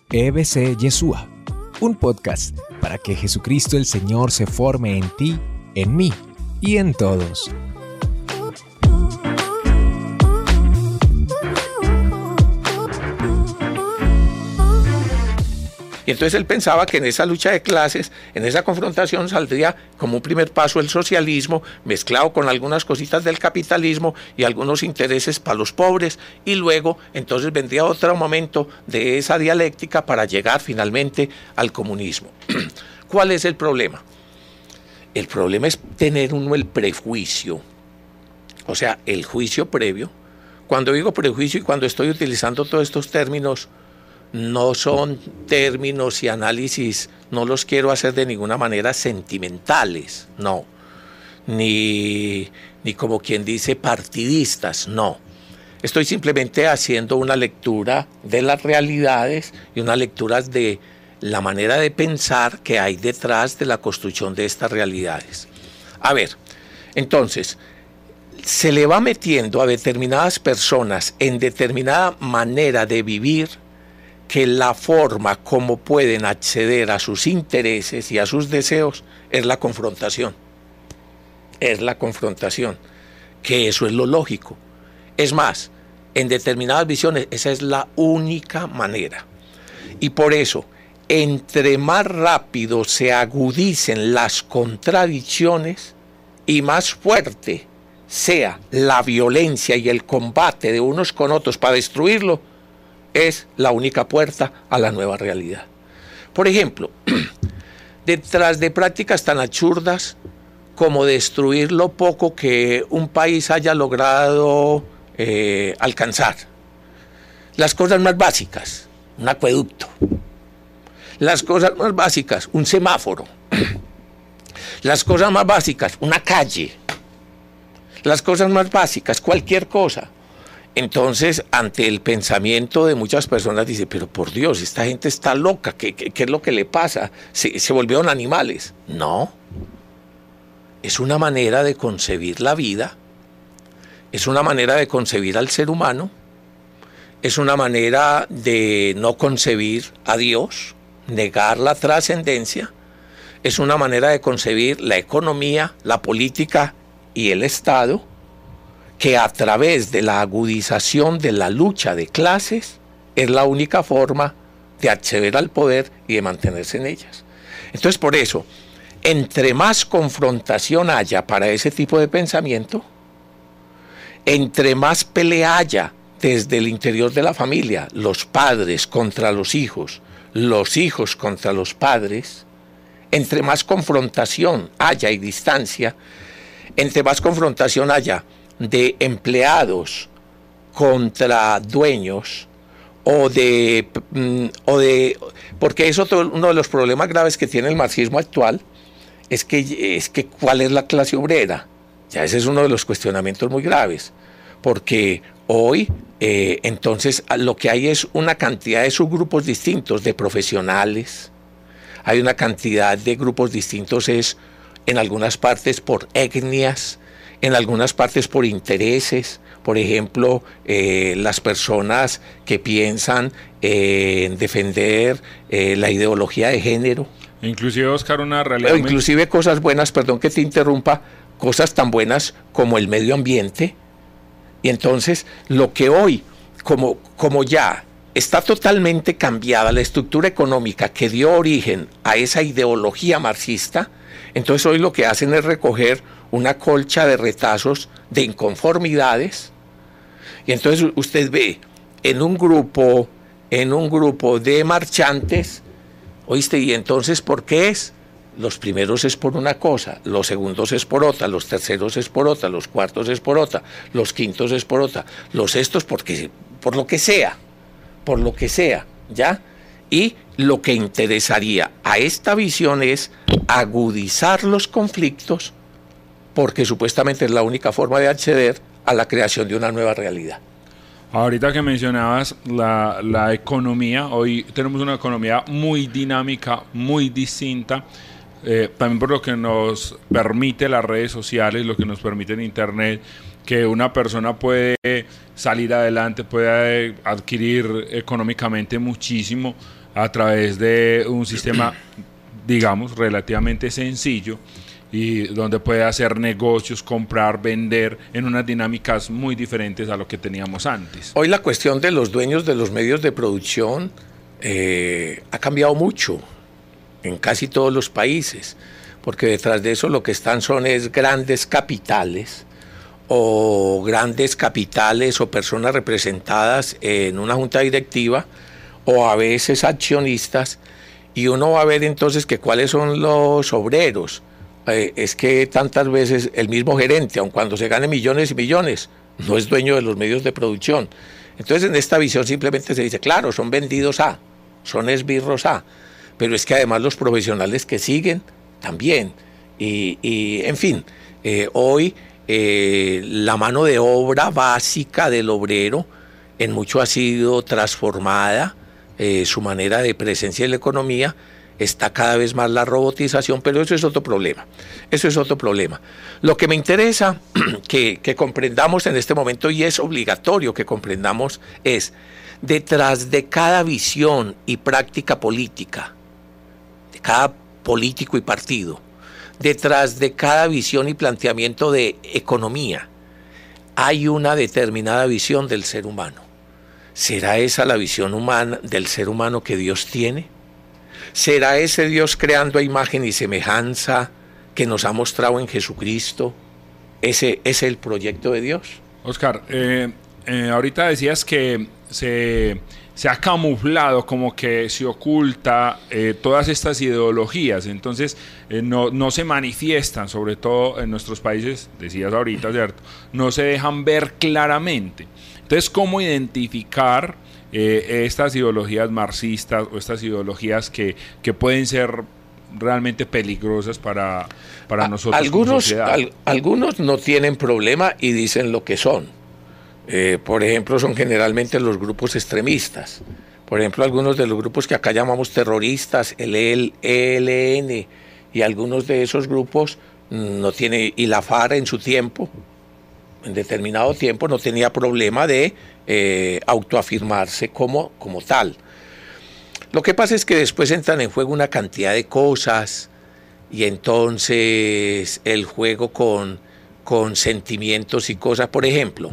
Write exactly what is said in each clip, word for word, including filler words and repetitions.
E B C Yeshua, un podcast para que Jesucristo el Señor se forme en ti, en mí y en todos. Y entonces él pensaba que en esa lucha de clases, en esa confrontación saldría como un primer paso el socialismo, mezclado con algunas cositas del capitalismo y algunos intereses para los pobres, y luego entonces vendría otro momento de esa dialéctica para llegar finalmente al comunismo. ¿Cuál es el problema? El problema es tener uno el prejuicio, o sea, el juicio previo. Cuando digo prejuicio y cuando estoy utilizando todos estos términos, no son términos y análisis, no los quiero hacer de ninguna manera sentimentales, no, ni, ni como quien dice partidistas, no. Estoy simplemente haciendo una lectura de las realidades y una lectura de la manera de pensar que hay detrás de la construcción de estas realidades. A ver, entonces, se le va metiendo a determinadas personas en determinada manera de vivir que la forma como pueden acceder a sus intereses y a sus deseos es la confrontación. Es la confrontación, que eso es lo lógico. Es más, en determinadas visiones esa es la única manera. Y por eso, entre más rápido se agudicen las contradicciones y más fuerte sea la violencia y el combate de unos con otros para destruirlo, es la única puerta a la nueva realidad. Por ejemplo, detrás de prácticas tan absurdas como destruir lo poco que un país haya logrado eh, alcanzar, las cosas más básicas, un acueducto, las cosas más básicas, un semáforo, las cosas más básicas, una calle, las cosas más básicas, cualquier cosa. Entonces, ante el pensamiento de muchas personas, dice, pero por Dios, esta gente está loca, ¿qué, qué, qué es lo que le pasa? ¿Se, se volvieron animales? No, es una manera de concebir la vida, es una manera de concebir al ser humano, es una manera de no concebir a Dios, negar la trascendencia, es una manera de concebir la economía, la política y el Estado, que a través de la agudización de la lucha de clases es la única forma de acceder al poder y de mantenerse en ellas. Entonces, por eso, entre más confrontación haya para ese tipo de pensamiento, entre más pelea haya desde el interior de la familia, los padres contra los hijos, los hijos contra los padres, entre más confrontación haya y distancia, entre más confrontación haya de empleados contra dueños o de, o de porque eso todo, uno de los problemas graves que tiene el marxismo actual es que, es que ¿cuál es la clase obrera? Ya ese es uno de los cuestionamientos muy graves, porque hoy eh, entonces lo que hay es una cantidad de subgrupos distintos de profesionales, hay una cantidad de grupos distintos, es en algunas partes por etnias, en algunas partes por intereses, por ejemplo, eh, las personas que piensan eh, en defender eh, la ideología de género. Inclusive, Oscar, una realidad... O inclusive muy... cosas buenas, perdón que te interrumpa, cosas tan buenas como el medio ambiente. Y entonces, lo que hoy, como, como ya está totalmente cambiada la estructura económica que dio origen a esa ideología marxista, entonces hoy lo que hacen es recoger una colcha de retazos de inconformidades, y entonces usted ve en un grupo, en un grupo de marchantes, oíste, y entonces ¿por qué es? Los primeros es por una cosa, los segundos es por otra, los terceros es por otra, los cuartos es por otra, los quintos es por otra, los sextos porque, por lo que sea, por lo que sea, ¿ya? Y lo que interesaría a esta visión es agudizar los conflictos, porque supuestamente es la única forma de acceder a la creación de una nueva realidad. Ahorita que mencionabas la, la economía, hoy tenemos una economía muy dinámica, muy distinta, eh, también por lo que nos permite las redes sociales, lo que nos permite el Internet, que una persona puede salir adelante, puede adquirir económicamente muchísimo a través de un sistema, digamos, relativamente sencillo, y donde puede hacer negocios, comprar, vender en unas dinámicas muy diferentes a lo que teníamos antes. Hoy la cuestión de los dueños de los medios de producción eh, ha cambiado mucho en casi todos los países, porque detrás de eso lo que están son es grandes capitales o grandes capitales o personas representadas en una junta directiva o a veces accionistas, y uno va a ver entonces que cuáles son los obreros. Eh, es que tantas veces el mismo gerente, aun cuando se gane millones y millones, no es dueño de los medios de producción. Entonces en esta visión simplemente se dice, claro, son vendidos a, son esbirros a, pero es que además los profesionales que siguen también. Y, y en fin, eh, hoy eh, la mano de obra básica del obrero en mucho ha sido transformada, eh, su manera de presencia en la economía. Está cada vez más la robotización, pero eso es otro problema. Eso es otro problema. Lo que me interesa que, que comprendamos en este momento, y es obligatorio que comprendamos, es detrás de cada visión y práctica política, de cada político y partido, detrás de cada visión y planteamiento de economía, hay una determinada visión del ser humano. ¿Será esa la visión humana del ser humano que Dios tiene? ¿Será ese Dios creando a imagen y semejanza que nos ha mostrado en Jesucristo? ¿Ese es el proyecto de Dios? Oscar, eh, eh, ahorita decías que se, se ha camuflado, como que se oculta eh, todas estas ideologías, entonces eh, no, no se manifiestan, sobre todo en nuestros países, decías ahorita, ¿cierto? No se dejan ver claramente. Entonces, ¿cómo identificar Eh, estas ideologías marxistas o estas ideologías que, que pueden ser realmente peligrosas para, para nosotros algunos, como sociedad? Al, algunos no tienen problema y dicen lo que son. Eh, por ejemplo, son generalmente los grupos extremistas. Por ejemplo, algunos de los grupos que acá llamamos terroristas, el E L N, y algunos de esos grupos no tiene, y la FARC en su tiempo, en determinado tiempo, no tenía problema de eh, autoafirmarse como, como tal. Lo que pasa es que después entran en juego una cantidad de cosas, y entonces el juego con, con sentimientos y cosas. Por ejemplo,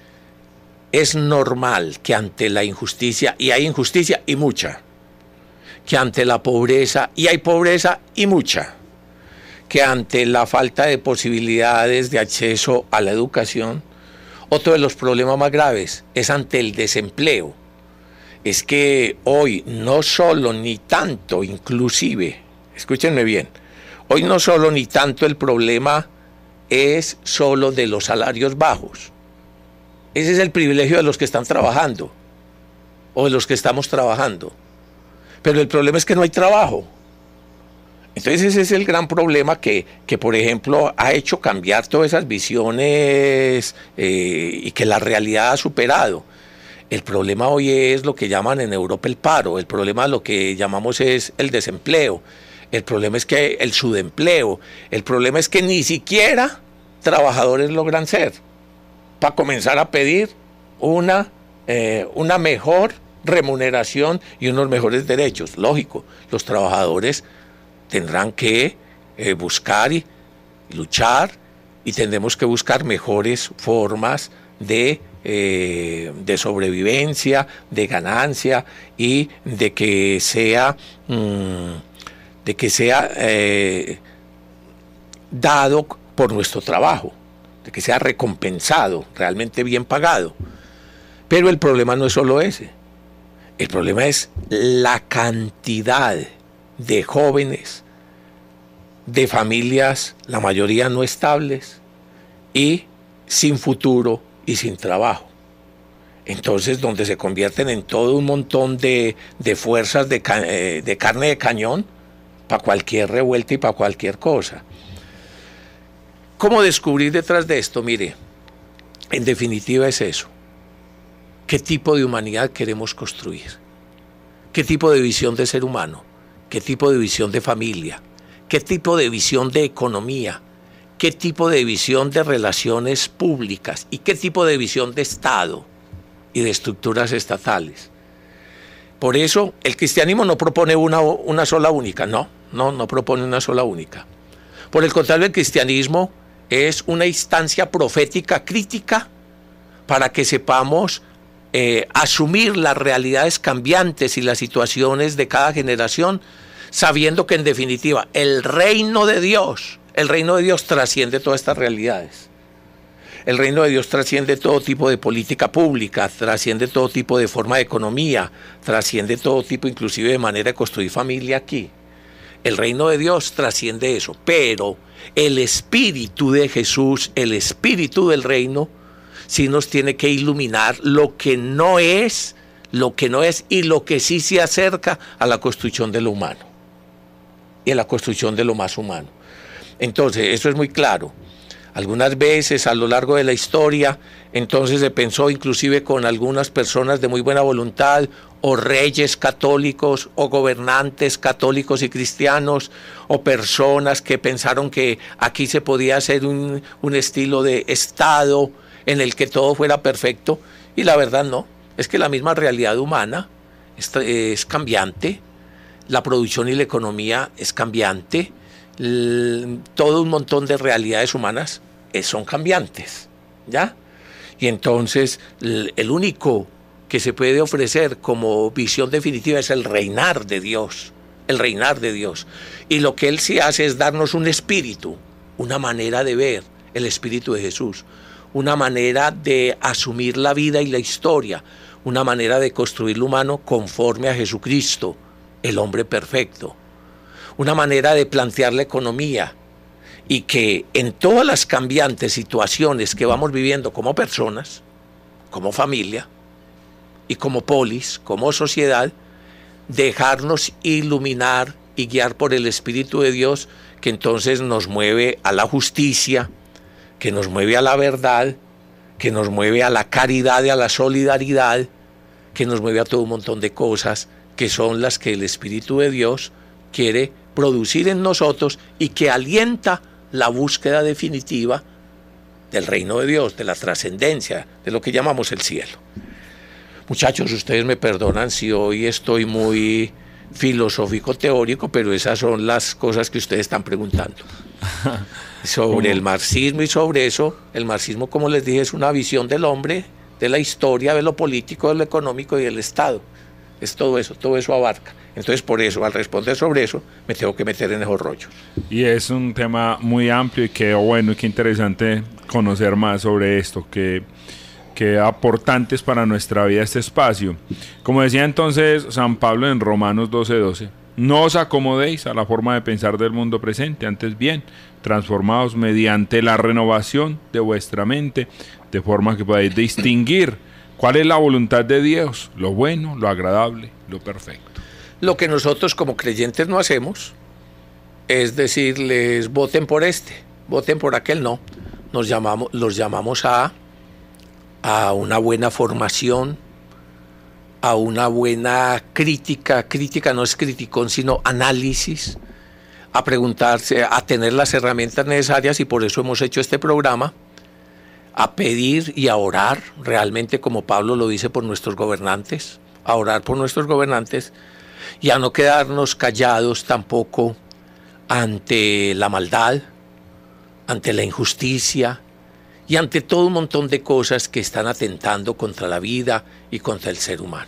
es normal que ante la injusticia, y hay injusticia y mucha, que ante la pobreza, y hay pobreza y mucha, que ante la falta de posibilidades de acceso a la educación, otro de los problemas más graves es ante el desempleo. Es que hoy no solo ni tanto, inclusive, escúchenme bien, hoy no solo ni tanto el problema es solo de los salarios bajos. Ese es el privilegio de los que están trabajando, o de los que estamos trabajando. Pero el problema es que no hay trabajo. Entonces ese es el gran problema que, que por ejemplo, ha hecho cambiar todas esas visiones eh, y que la realidad ha superado. El problema hoy es lo que llaman en Europa el paro, el problema lo que llamamos es el desempleo, el problema es que el subempleo, el problema es que ni siquiera trabajadores logran ser, para comenzar a pedir una, eh, una mejor remuneración y unos mejores derechos. Lógico, los trabajadores tendrán que eh, buscar y, y luchar, y tendremos que buscar mejores formas de, eh, de sobrevivencia, de ganancia, y de que sea, mmm, de que sea eh, dado por nuestro trabajo, de que sea recompensado, realmente bien pagado. Pero el problema no es solo ese, el problema es la cantidad de jóvenes, de familias, la mayoría no estables, y sin futuro y sin trabajo. Entonces, donde se convierten en todo un montón de, de fuerzas de, eh, de carne de cañón para cualquier revuelta y para cualquier cosa. ¿Cómo descubrir detrás de esto? Mire, en definitiva es eso. ¿Qué tipo de humanidad queremos construir? ¿Qué tipo de visión de ser humano? ¿Qué tipo de visión de familia? ¿Qué tipo de visión de economía? ¿Qué tipo de visión de relaciones públicas? ¿Y qué tipo de visión de Estado y de estructuras estatales? Por eso el cristianismo no propone una, una sola única, no, no, no propone una sola única. Por el contrario, el cristianismo es una instancia profética crítica para que sepamos eh, asumir las realidades cambiantes y las situaciones de cada generación, sabiendo que en definitiva el reino de Dios, el reino de Dios trasciende todas estas realidades. El reino de Dios trasciende todo tipo de política pública, trasciende todo tipo de forma de economía, trasciende todo tipo inclusive de manera de construir familia aquí. El reino de Dios trasciende eso, pero el espíritu de Jesús, el espíritu del reino, sí nos tiene que iluminar lo que no es, lo que no es y lo que sí se acerca a la construcción de lo humano y a la construcción de lo más humano. Entonces, eso es muy claro. Algunas veces a lo largo de la historia, entonces se pensó inclusive con algunas personas de muy buena voluntad, o reyes católicos, o gobernantes católicos y cristianos, o personas que pensaron que aquí se podía hacer un, un estilo de Estado en el que todo fuera perfecto, y la verdad no, es que la misma realidad humana es, es cambiante, la producción y la economía es cambiante, todo un montón de realidades humanas son cambiantes, ¿ya? Y entonces el único que se puede ofrecer como visión definitiva es el reinar de Dios, el reinar de Dios. Y lo que Él sí hace es darnos un espíritu, una manera de ver el espíritu de Jesús, una manera de asumir la vida y la historia, una manera de construir lo humano conforme a Jesucristo, el hombre perfecto, una manera de plantear la economía, y que en todas las cambiantes situaciones que vamos viviendo como personas, como familia y como polis, como sociedad, dejarnos iluminar y guiar por el Espíritu de Dios, que entonces nos mueve a la justicia, que nos mueve a la verdad, que nos mueve a la caridad y a la solidaridad, que nos mueve a todo un montón de cosas que son las que el Espíritu de Dios quiere producir en nosotros y que alienta la búsqueda definitiva del reino de Dios, de la trascendencia, de lo que llamamos el cielo. Muchachos, ustedes me perdonan si hoy estoy muy filosófico teórico, pero esas son las cosas que ustedes están preguntando. Sobre el marxismo y sobre eso, el marxismo, como les dije, es una visión del hombre, de la historia, de lo político, de lo económico y del Estado. Es todo eso, todo eso abarca. Entonces, por eso, al responder sobre eso, me tengo que meter en esos rollos. Y es un tema muy amplio y qué bueno y qué interesante conocer más sobre esto, que, que aportantes para nuestra vida este espacio. Como decía entonces San Pablo en Romanos doce doce, no os acomodéis a la forma de pensar del mundo presente, antes bien, transformaos mediante la renovación de vuestra mente, de forma que podáis distinguir cuál es la voluntad de Dios, lo bueno, lo agradable, lo perfecto. Lo que nosotros como creyentes no hacemos es decirles voten por este, voten por aquel, no. Nos llamamos, los llamamos a, a una buena formación, a una buena crítica, crítica no es criticón, sino análisis, a preguntarse, a tener las herramientas necesarias, y por eso hemos hecho este programa, a pedir y a orar, realmente como Pablo lo dice, por nuestros gobernantes, a orar por nuestros gobernantes, y a no quedarnos callados tampoco ante la maldad, ante la injusticia y ante todo un montón de cosas que están atentando contra la vida y contra el ser humano.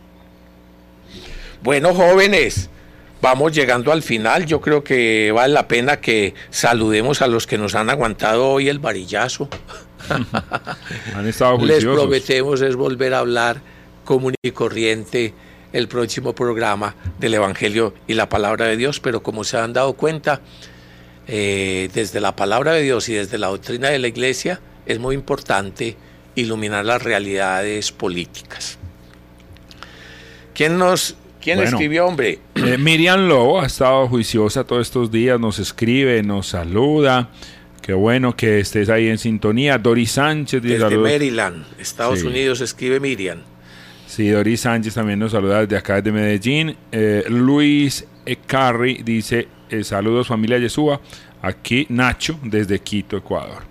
Bueno, jóvenes, vamos llegando al final. Yo creo que vale la pena que saludemos a los que nos han aguantado hoy el varillazo. Han estado juiciosos. Les prometemos es volver a hablar común y corriente el próximo programa del Evangelio y la Palabra de Dios, pero como se han dado cuenta, eh, desde la Palabra de Dios y desde la doctrina de la Iglesia es muy importante iluminar las realidades políticas. ¿Quién nos, quién bueno, escribió, hombre? Eh, Miriam Lobo ha estado juiciosa todos estos días, nos escribe, nos saluda. Qué bueno que estés ahí en sintonía. Doris Sánchez dice desde saludos. Maryland, Estados Sí. Unidos, escribe Miriam. Sí, Doris Sánchez también nos saluda desde acá, desde Medellín. Eh, Luis Ecarri dice, eh, saludos familia Yeshua. Aquí Nacho, desde Quito, Ecuador.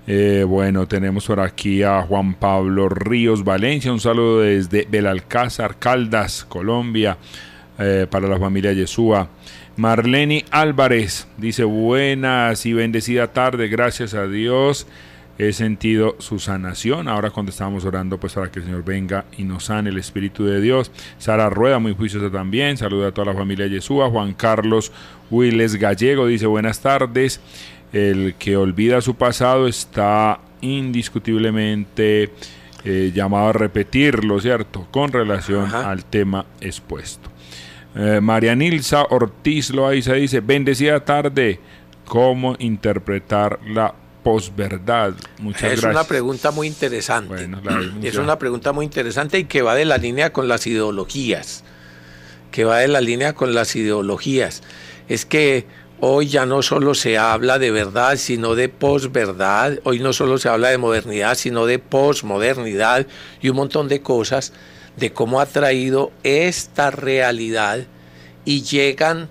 Eh, bueno, tenemos por aquí a Juan Pablo Ríos Valencia, un saludo desde Belalcázar, Caldas, Colombia, eh, para la familia Yeshua. Marleni Álvarez dice: buenas y bendecida tarde, gracias a Dios he sentido su sanación. Ahora cuando estábamos orando pues para que el Señor venga y nos sane el Espíritu de Dios. Sara Rueda, muy juiciosa también, saluda a toda la familia Yeshua. Juan Carlos Willes Gallego dice: buenas tardes. El que olvida su pasado está indiscutiblemente eh, llamado a repetirlo, ¿cierto? Con relación Ajá. al tema expuesto. Eh, María Nilsa Ortiz Loaiza dice: bendecida tarde, ¿cómo interpretar la posverdad? Muchas es gracias. Es una pregunta muy interesante. Bueno, la, es una pregunta muy interesante y que va de la línea con las ideologías. Que va de la línea con las ideologías. Es que hoy ya no solo se habla de verdad, sino de posverdad. Hoy no solo se habla de modernidad, sino de posmodernidad y un montón de cosas, de cómo ha traído esta realidad y llegan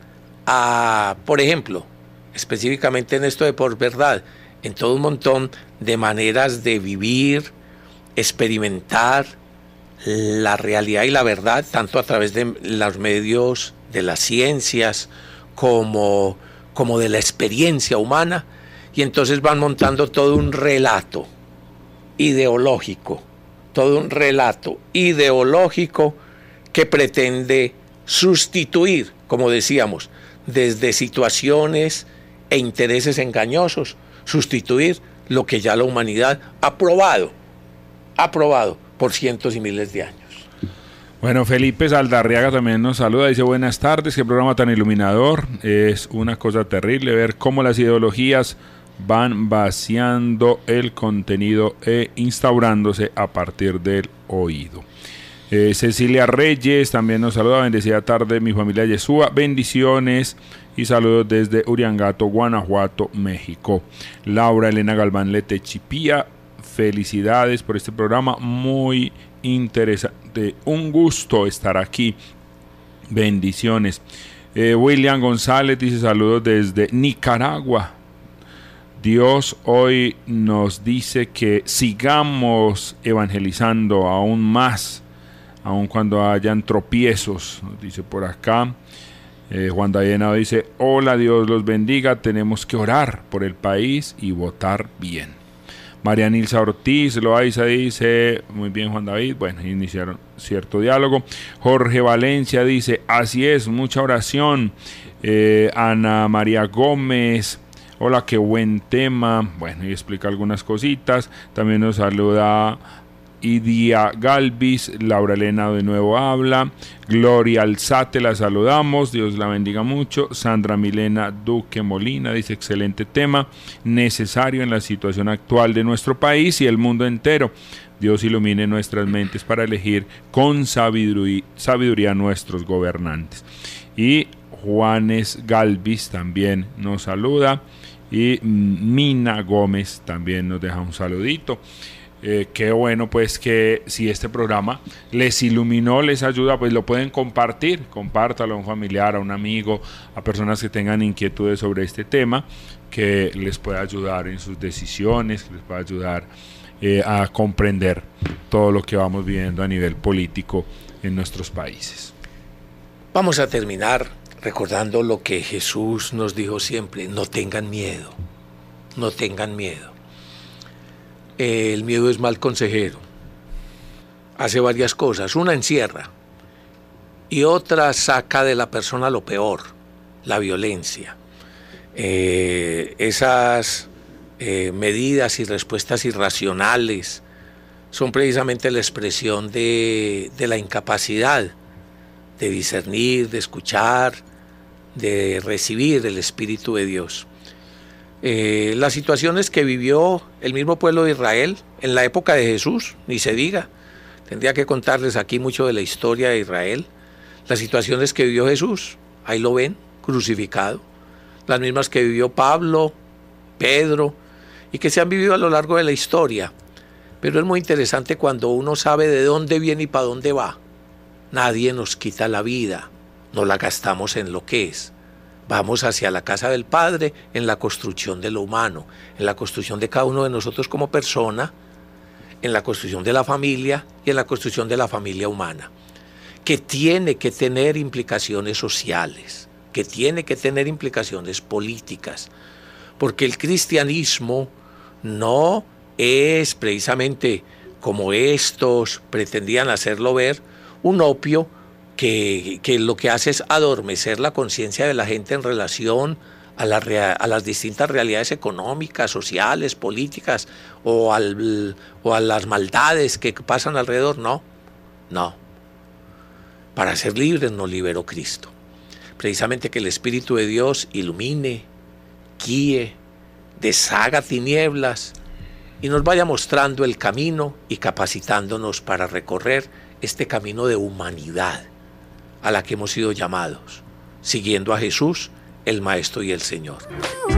a, por ejemplo, específicamente en esto de posverdad, en todo un montón de maneras de vivir, experimentar la realidad y la verdad, tanto a través de los medios de las ciencias como, como de la experiencia humana, y entonces van montando todo un relato ideológico, todo un relato ideológico que pretende sustituir, como decíamos, desde situaciones e intereses engañosos, sustituir lo que ya la humanidad ha probado, ha probado por cientos y miles de años. Bueno, Felipe Saldarriaga también nos saluda, dice: buenas tardes, qué programa tan iluminador. Es una cosa terrible ver cómo las ideologías van vaciando el contenido e instaurándose a partir del oído. Eh, Cecilia Reyes también nos saluda: bendecida tarde, mi familia Yeshua, bendiciones y saludos desde Uriangato, Guanajuato, México. Laura Elena Galván Letechipía, felicidades por este programa, muy interesante, un gusto estar aquí, bendiciones. eh, William González dice: saludos desde Nicaragua. Dios hoy nos dice que sigamos evangelizando aún más, aun cuando hayan tropiezos, nos dice por acá. eh, Juan David dice: hola, Dios los bendiga, tenemos que orar por el país y votar bien. María Nilsa Ortiz Loaiza dice: muy bien, Juan David. Bueno, iniciaron cierto diálogo. Jorge Valencia dice: así es, mucha oración. eh, Ana María Gómez: hola, qué buen tema. Bueno, y explica algunas cositas. También nos saluda Idia Galvis. Laura Elena de nuevo habla. Gloria Alzate, la saludamos, Dios la bendiga mucho. Sandra Milena Duque Molina dice: excelente tema, necesario en la situación actual de nuestro país y el mundo entero. Dios ilumine nuestras mentes para elegir con sabiduría, sabiduría a nuestros gobernantes. Y Juanes Galvis también nos saluda, y Mina Gómez también nos deja un saludito. Eh, qué bueno pues que si este programa les iluminó, les ayuda, pues lo pueden compartir, compártalo a un familiar, a un amigo, a personas que tengan inquietudes sobre este tema, que les pueda ayudar en sus decisiones, que les pueda ayudar eh, a comprender todo lo que vamos viviendo a nivel político en nuestros países. Vamos a terminar recordando lo que Jesús nos dijo siempre: no tengan miedo, no tengan miedo. El miedo es mal consejero, hace varias cosas. Una, encierra, y otra, saca de la persona lo peor, la violencia. Eh, esas eh, medidas y respuestas irracionales son precisamente la expresión de, de la incapacidad de discernir, de escuchar, de recibir el Espíritu de Dios. Eh, las situaciones que vivió el mismo pueblo de Israel en la época de Jesús, ni se diga. Tendría que contarles aquí mucho de la historia de Israel. Las situaciones que vivió Jesús, ahí lo ven, crucificado. Las mismas que vivió Pablo, Pedro, y que se han vivido a lo largo de la historia. Pero es muy interesante cuando uno sabe de dónde viene y para dónde va. Nadie nos quita la vida, no la gastamos en lo que es, Vamos hacia la casa del Padre en la construcción de lo humano, en la construcción de cada uno de nosotros como persona, en la construcción de la familia y en la construcción de la familia humana, que tiene que tener implicaciones sociales, que tiene que tener implicaciones políticas, porque el cristianismo no es precisamente, como estos pretendían hacerlo ver, un opio que, que lo que hace es adormecer la conciencia de la gente en relación a, la rea, a las distintas realidades económicas, sociales, políticas o, al, o a las maldades que pasan alrededor. No, no. Para ser libres nos liberó Cristo. Precisamente que el Espíritu de Dios ilumine, guíe, deshaga tinieblas y nos vaya mostrando el camino y capacitándonos para recorrer este camino de humanidad a la que hemos sido llamados, siguiendo a Jesús, el Maestro y el Señor.